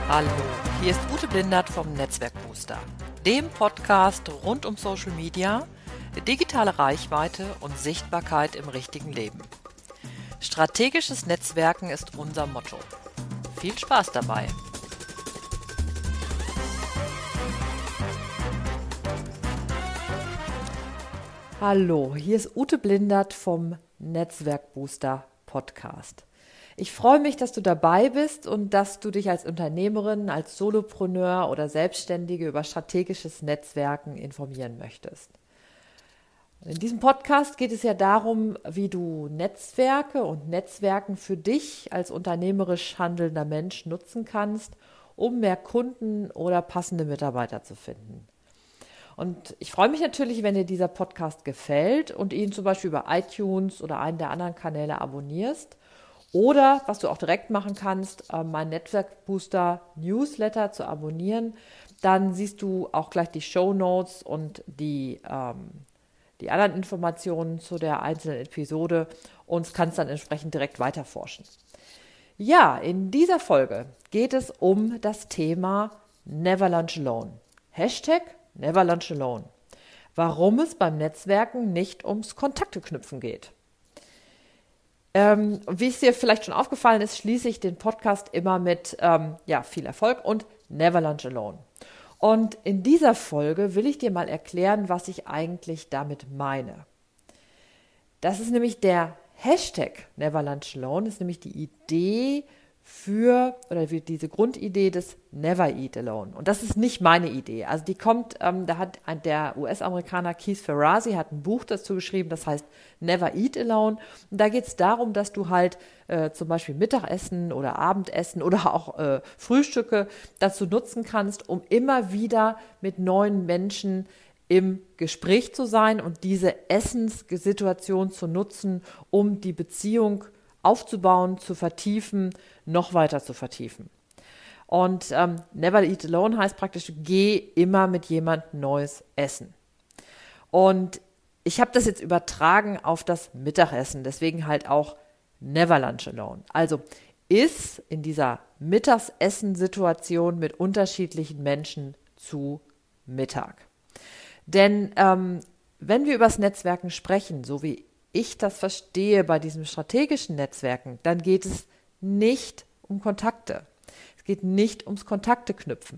Hallo, hier ist Ute Blindert vom Netzwerkbooster, dem Podcast rund um Social Media, digitale Reichweite und Sichtbarkeit im richtigen Leben. Strategisches Netzwerken ist unser Motto. Viel Spaß dabei! Hallo, hier ist Ute Blindert vom Netzwerkbooster Podcast. Ich freue mich, dass du dabei bist und dass du dich als Unternehmerin, als Solopreneur oder Selbstständige über strategisches Netzwerken informieren möchtest. In diesem Podcast geht es ja darum, wie du Netzwerke und Netzwerken für dich als unternehmerisch handelnder Mensch nutzen kannst, um mehr Kunden oder passende Mitarbeiter zu finden. Und ich freue mich natürlich, wenn dir dieser Podcast gefällt und ihn zum Beispiel über iTunes oder einen der anderen Kanäle abonnierst. Oder, was du auch direkt machen kannst, mein Netzwerkbooster Newsletter zu abonnieren. Dann siehst du auch gleich die Shownotes und die anderen Informationen zu der einzelnen Episode und kannst dann entsprechend direkt weiterforschen. Ja, in dieser Folge geht es um das Thema Never Lunch Alone. Hashtag Never Lunch Alone. Warum es beim Netzwerken nicht ums Kontakte knüpfen geht. Wie es dir vielleicht schon aufgefallen ist, schließe ich den Podcast immer mit viel Erfolg und Never Lunch Alone. Und in dieser Folge will ich dir mal erklären, was ich eigentlich damit meine. Das ist nämlich der Hashtag Never Lunch Alone, ist nämlich die Idee diese Grundidee des Never Eat Alone. Und das ist nicht meine Idee. Also die kommt, da hat der US-Amerikaner Keith Ferrazzi hat ein Buch dazu geschrieben, das heißt Never Eat Alone. Und da geht es darum, dass du halt zum Beispiel Mittagessen oder Abendessen oder auch Frühstücke dazu nutzen kannst, um immer wieder mit neuen Menschen im Gespräch zu sein und diese Essenssituation zu nutzen, um die Beziehung aufzubauen, zu vertiefen, noch weiter zu vertiefen. Und Never Eat Alone heißt praktisch, geh immer mit jemand Neues essen. Und ich habe das jetzt übertragen auf das Mittagessen, deswegen halt auch Never Lunch Alone. Also iss in dieser Mittagessen-Situation mit unterschiedlichen Menschen zu Mittag. Denn wenn wir über das Netzwerken sprechen, so wie ich das verstehe bei diesem strategischen Netzwerken, dann geht es nicht um Kontakte. Es geht nicht ums Kontakte knüpfen.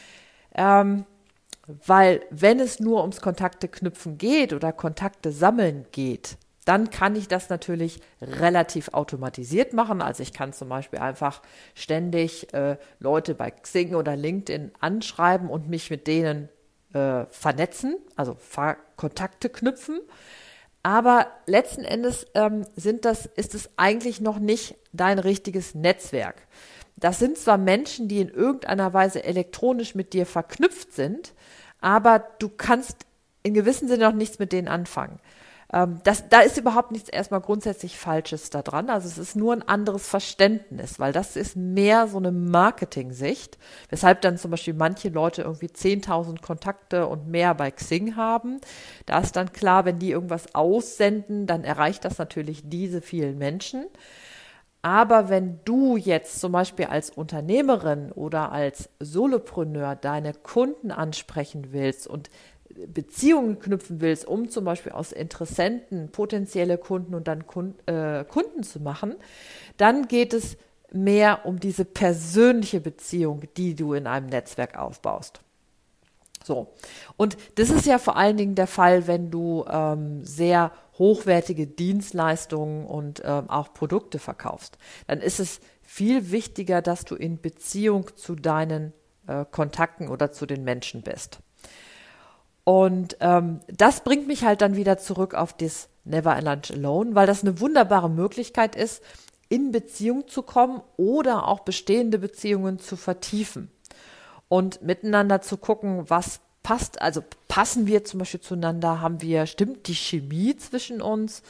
Weil wenn es nur ums Kontakte knüpfen geht oder Kontakte sammeln geht, dann kann ich das natürlich relativ automatisiert machen. Also ich kann zum Beispiel einfach ständig Leute bei Xing oder LinkedIn anschreiben und mich mit denen vernetzen, also Kontakte knüpfen. Aber letzten Endes ist es eigentlich noch nicht dein richtiges Netzwerk. Das sind zwar Menschen, die in irgendeiner Weise elektronisch mit dir verknüpft sind, aber du kannst in gewissem Sinne noch nichts mit denen anfangen. Da ist überhaupt nichts erstmal grundsätzlich Falsches da dran. Also es ist nur ein anderes Verständnis, weil das ist mehr so eine Marketing-Sicht, weshalb dann zum Beispiel manche Leute irgendwie 10.000 Kontakte und mehr bei Xing haben. Da ist dann klar, wenn die irgendwas aussenden, dann erreicht das natürlich diese vielen Menschen. Aber wenn du jetzt zum Beispiel als Unternehmerin oder als Solopreneur deine Kunden ansprechen willst und Beziehungen knüpfen willst, um zum Beispiel aus Interessenten potenzielle Kunden und dann Kunden zu machen, dann geht es mehr um diese persönliche Beziehung, die du in einem Netzwerk aufbaust. So. Und das ist ja vor allen Dingen der Fall, wenn du sehr hochwertige Dienstleistungen und auch Produkte verkaufst. Dann ist es viel wichtiger, dass du in Beziehung zu deinen Kontakten oder zu den Menschen bist. Und das bringt mich halt dann wieder zurück auf das Never Lunch Alone, weil das eine wunderbare Möglichkeit ist, in Beziehung zu kommen oder auch bestehende Beziehungen zu vertiefen und miteinander zu gucken, was passt. Also passen wir zum Beispiel zueinander, stimmt die Chemie zwischen uns,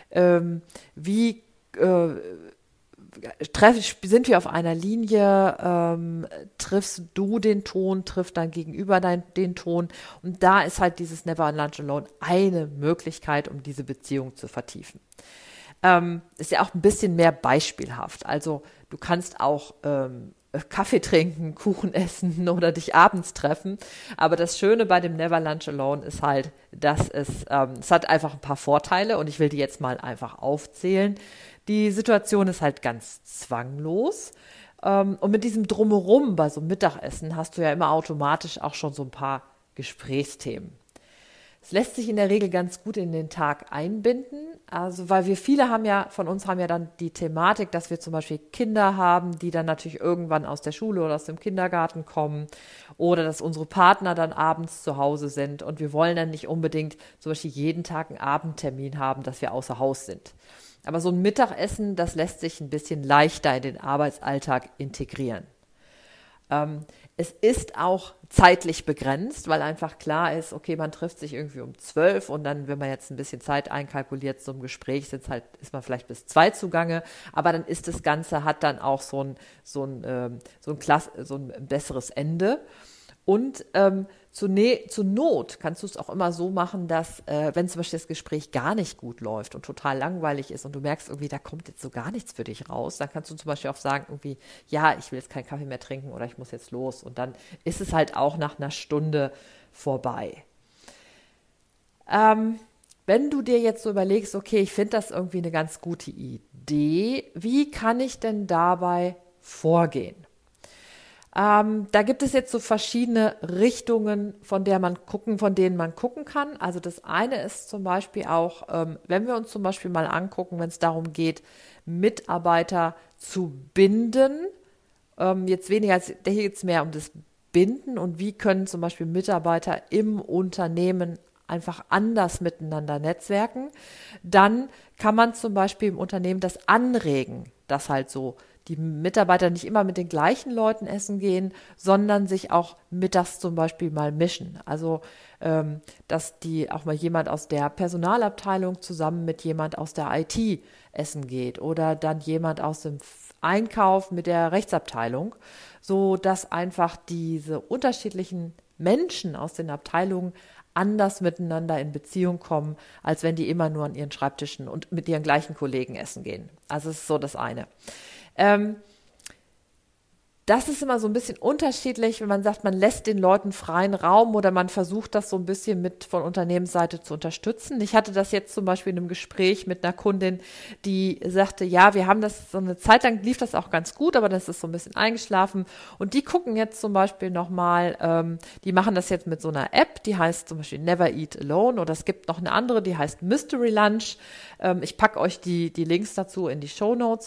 sind wir auf einer Linie, triffst du den Ton, trifft dein Gegenüber den Ton. Und da ist halt dieses Never Lunch Alone eine Möglichkeit, um diese Beziehung zu vertiefen. Ist ja auch ein bisschen mehr beispielhaft. Also du kannst auch Kaffee trinken, Kuchen essen oder dich abends treffen. Aber das Schöne bei dem Never Lunch Alone ist halt, dass es hat einfach ein paar Vorteile und ich will die jetzt mal einfach aufzählen. Die Situation ist halt ganz zwanglos. Und mit diesem Drumherum bei so einem Mittagessen hast du ja immer automatisch auch schon so ein paar Gesprächsthemen. Es lässt sich in der Regel ganz gut in den Tag einbinden, also weil viele von uns haben ja dann die Thematik, dass wir zum Beispiel Kinder haben, die dann natürlich irgendwann aus der Schule oder aus dem Kindergarten kommen oder dass unsere Partner dann abends zu Hause sind und wir wollen dann nicht unbedingt zum Beispiel jeden Tag einen Abendtermin haben, dass wir außer Haus sind. Aber so ein Mittagessen, das lässt sich ein bisschen leichter in den Arbeitsalltag integrieren. Es ist auch zeitlich begrenzt, weil einfach klar ist, okay, man trifft sich irgendwie um 12 und dann, wenn man jetzt ein bisschen Zeit einkalkuliert zum Gespräch, ist man vielleicht bis 2 zugange, aber dann ist das Ganze, hat dann auch so ein besseres Ende. Und zur Not kannst du es auch immer so machen, dass, wenn zum Beispiel das Gespräch gar nicht gut läuft und total langweilig ist und du merkst irgendwie, da kommt jetzt so gar nichts für dich raus, dann kannst du zum Beispiel auch sagen, irgendwie, ja, ich will jetzt keinen Kaffee mehr trinken oder ich muss jetzt los. Und dann ist es halt auch nach einer Stunde vorbei. Wenn du dir jetzt so überlegst, okay, ich finde das irgendwie eine ganz gute Idee, wie kann ich denn dabei vorgehen? Da gibt es jetzt so verschiedene Richtungen, von denen man gucken kann. Also das eine ist zum Beispiel auch, wenn wir uns zum Beispiel mal angucken, wenn es darum geht, Mitarbeiter zu binden, jetzt weniger, hier geht es mehr um das Binden und wie können zum Beispiel Mitarbeiter im Unternehmen einfach anders miteinander netzwerken, dann kann man zum Beispiel im Unternehmen das anregen, dass halt so die Mitarbeiter nicht immer mit den gleichen Leuten essen gehen, sondern sich auch mittags zum Beispiel mal mischen. Also, dass die auch mal jemand aus der Personalabteilung zusammen mit jemand aus der IT essen geht oder dann jemand aus dem Einkauf mit der Rechtsabteilung, so dass einfach diese unterschiedlichen Menschen aus den Abteilungen anders miteinander in Beziehung kommen, als wenn die immer nur an ihren Schreibtischen und mit ihren gleichen Kollegen essen gehen. Also das ist so das eine. Das ist immer so ein bisschen unterschiedlich, wenn man sagt, man lässt den Leuten freien Raum oder man versucht das so ein bisschen mit von Unternehmensseite zu unterstützen. Ich hatte das jetzt zum Beispiel in einem Gespräch mit einer Kundin, die sagte, ja, wir haben das so eine Zeit lang, lief das auch ganz gut, aber das ist so ein bisschen eingeschlafen und die gucken jetzt zum Beispiel nochmal, die machen das jetzt mit so einer App, die heißt zum Beispiel Never Eat Alone oder es gibt noch eine andere, die heißt Mystery Lunch. Ich packe euch die Links dazu in die Shownotes.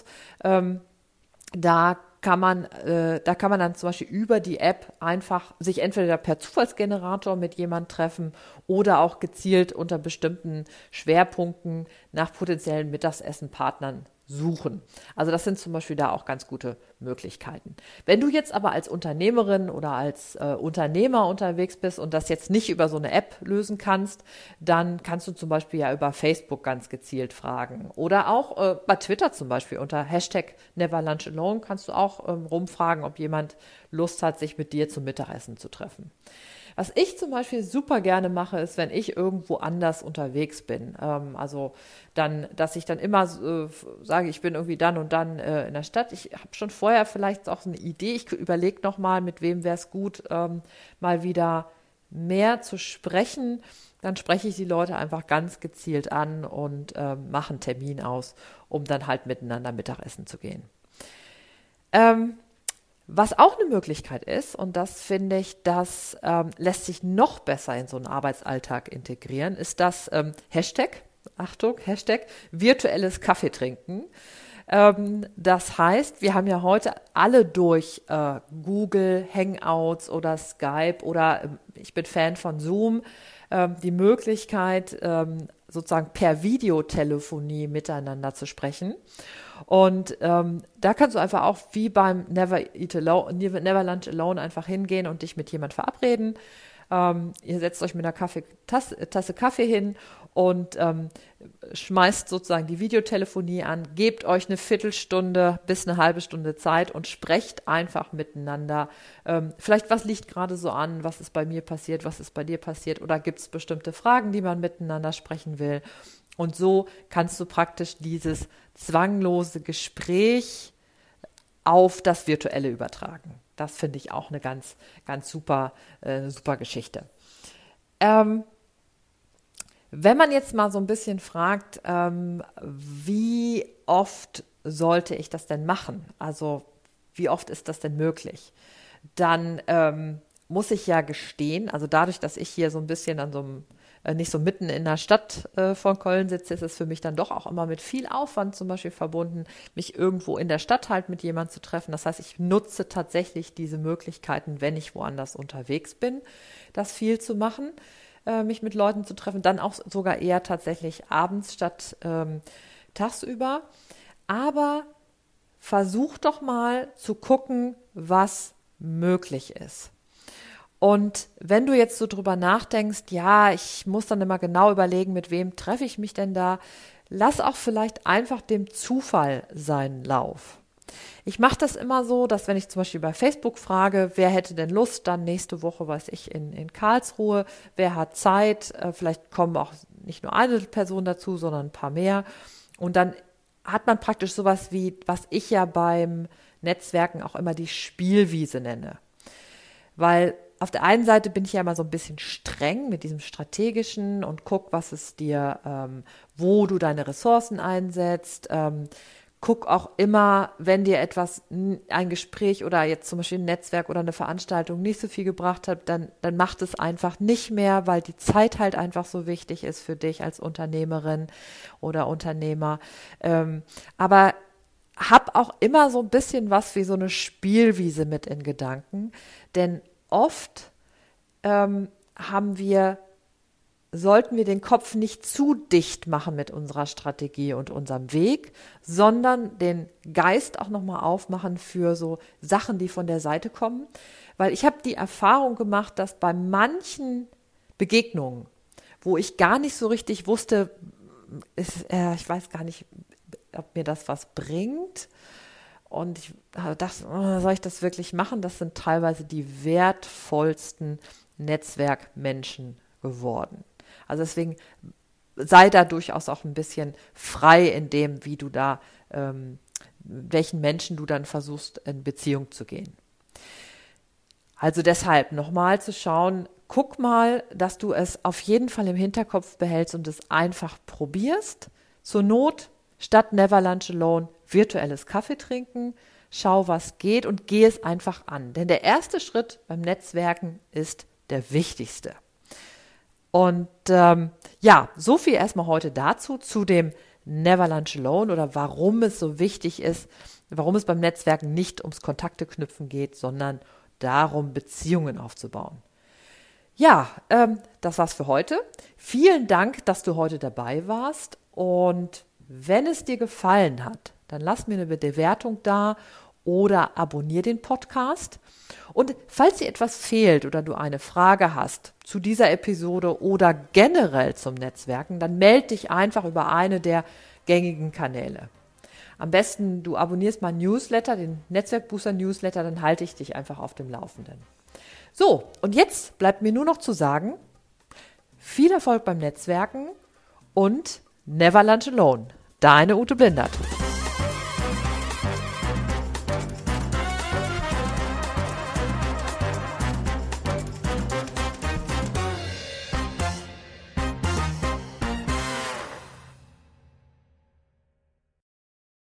Da kann man dann zum Beispiel über die App einfach sich entweder per Zufallsgenerator mit jemand treffen oder auch gezielt unter bestimmten Schwerpunkten nach potenziellen Mittagsessenpartnern suchen. Also das sind zum Beispiel da auch ganz gute Möglichkeiten. Wenn du jetzt aber als Unternehmerin oder als Unternehmer unterwegs bist und das jetzt nicht über so eine App lösen kannst, dann kannst du zum Beispiel ja über Facebook ganz gezielt fragen oder auch bei Twitter zum Beispiel unter #NeverLunchAlone kannst du auch rumfragen, ob jemand Lust hat, sich mit dir zum Mittagessen zu treffen. Was ich zum Beispiel super gerne mache, ist, wenn ich irgendwo anders unterwegs bin. Also dann, dass ich dann immer sage, ich bin irgendwie dann und dann in der Stadt. Ich habe schon vorher vielleicht auch so eine Idee. Ich überlege nochmal, mit wem wäre es gut, mal wieder mehr zu sprechen. Dann spreche ich die Leute einfach ganz gezielt an und mache einen Termin aus, um dann halt miteinander Mittagessen zu gehen. Was auch eine Möglichkeit ist, und das finde ich, das lässt sich noch besser in so einen Arbeitsalltag integrieren, ist das Hashtag virtuelles Kaffeetrinken. Das heißt, wir haben ja heute alle durch Google Hangouts oder Skype oder ich bin Fan von Zoom, die Möglichkeit, sozusagen per Videotelefonie miteinander zu sprechen. Und da kannst du einfach auch wie beim Never Lunch Alone einfach hingehen und dich mit jemand verabreden. Ihr setzt euch mit einer Tasse Kaffee hin und schmeißt sozusagen die Videotelefonie an, gebt euch eine Viertelstunde bis eine halbe Stunde Zeit und sprecht einfach miteinander. Vielleicht, was liegt gerade so an, was ist bei mir passiert, was ist bei dir passiert oder gibt es bestimmte Fragen, die man miteinander sprechen will. Und so kannst du praktisch dieses zwanglose Gespräch auf das Virtuelle übertragen. Das finde ich auch eine ganz, ganz super Geschichte. Wenn man jetzt mal so ein bisschen fragt, wie oft sollte ich das denn machen? Also wie oft ist das denn möglich? Dann muss ich ja gestehen, also dadurch, dass ich hier so ein bisschen an so einem, nicht so mitten in der Stadt von Köln sitze, ist es für mich dann doch auch immer mit viel Aufwand zum Beispiel verbunden, mich irgendwo in der Stadt halt mit jemandem zu treffen. Das heißt, ich nutze tatsächlich diese Möglichkeiten, wenn ich woanders unterwegs bin, das viel zu machen, mich mit Leuten zu treffen, dann auch sogar eher tatsächlich abends statt tagsüber. Aber versuch doch mal zu gucken, was möglich ist. Und wenn du jetzt so drüber nachdenkst, ja, ich muss dann immer genau überlegen, mit wem treffe ich mich denn da, lass auch vielleicht einfach dem Zufall seinen Lauf. Ich mache das immer so, dass wenn ich zum Beispiel bei Facebook frage, wer hätte denn Lust, dann nächste Woche, weiß ich, in Karlsruhe, wer hat Zeit, vielleicht kommen auch nicht nur eine Person dazu, sondern ein paar mehr. Und dann hat man praktisch sowas wie, was ich ja beim Netzwerken auch immer die Spielwiese nenne. Weil auf der einen Seite bin ich ja immer so ein bisschen streng mit diesem Strategischen und guck, was es dir, wo du deine Ressourcen einsetzt. Guck auch immer, wenn dir etwas, ein Gespräch oder jetzt zum Beispiel ein Netzwerk oder eine Veranstaltung nicht so viel gebracht hat, dann macht es einfach nicht mehr, weil die Zeit halt einfach so wichtig ist für dich als Unternehmerin oder Unternehmer. Aber hab auch immer so ein bisschen was wie so eine Spielwiese mit in Gedanken, denn oft sollten wir den Kopf nicht zu dicht machen mit unserer Strategie und unserem Weg, sondern den Geist auch nochmal aufmachen für so Sachen, die von der Seite kommen. Weil ich habe die Erfahrung gemacht, dass bei manchen Begegnungen, wo ich gar nicht so richtig wusste, ich weiß gar nicht, ob mir das was bringt, und ich dachte, soll ich das wirklich machen? Das sind teilweise die wertvollsten Netzwerkmenschen geworden. Also deswegen sei da durchaus auch ein bisschen frei in dem, wie du da, welchen Menschen du dann versuchst, in Beziehung zu gehen. Also deshalb nochmal zu schauen, guck mal, dass du es auf jeden Fall im Hinterkopf behältst und es einfach probierst. Zur Not, statt Never Lunch Alone, virtuelles Kaffee trinken, schau, was geht und geh es einfach an. Denn der erste Schritt beim Netzwerken ist der wichtigste. Und ja, so viel erstmal heute dazu, zu dem Never Lunch Alone oder warum es so wichtig ist, warum es beim Netzwerken nicht ums Kontakte knüpfen geht, sondern darum, Beziehungen aufzubauen. Ja, das war's für heute. Vielen Dank, dass du heute dabei warst, und wenn es dir gefallen hat, dann lass mir eine Bewertung da oder abonniere den Podcast. Und falls dir etwas fehlt oder du eine Frage hast zu dieser Episode oder generell zum Netzwerken, dann melde dich einfach über eine der gängigen Kanäle. Am besten, du abonnierst meinen Newsletter, den Netzwerkbooster Newsletter, dann halte ich dich einfach auf dem Laufenden. So, und jetzt bleibt mir nur noch zu sagen, viel Erfolg beim Netzwerken und Never Lunch Alone. Deine Ute Blindert.